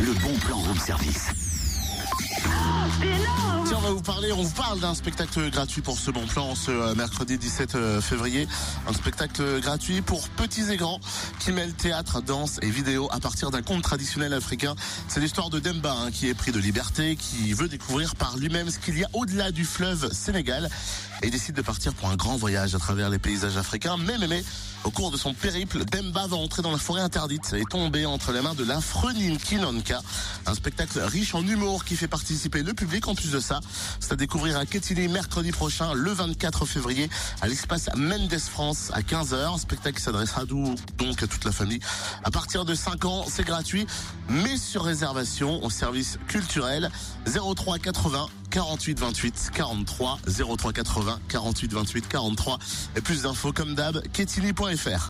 le bon plan room service. Tiens, on vous parle d'un spectacle gratuit pour ce bon plan ce mercredi 17 février. Un spectacle gratuit pour petits et grands qui mêle théâtre, danse et vidéo à partir d'un conte traditionnel africain. C'est l'histoire de Demba qui est pris de liberté, qui veut découvrir par lui-même ce qu'il y a au-delà du fleuve Sénégal et décide de partir pour un grand voyage à travers les paysages africains. Mais, au cours de son périple, Demba va entrer dans la forêt interdite et tomber entre les mains de l'affreux Ninki Nonka. Un spectacle riche en humour qui fait participer le public. En plus de ça, c'est à découvrir à Quetigny mercredi prochain, le 24 février, à l'espace Mendes France à 15h. Un spectacle qui s'adressera donc à toute la famille. À partir de 5 ans, c'est gratuit, mais sur réservation au service culturel 03 80 48 28 43 03 80 48 28 43 et plus d'infos comme d'hab quetigny.fr.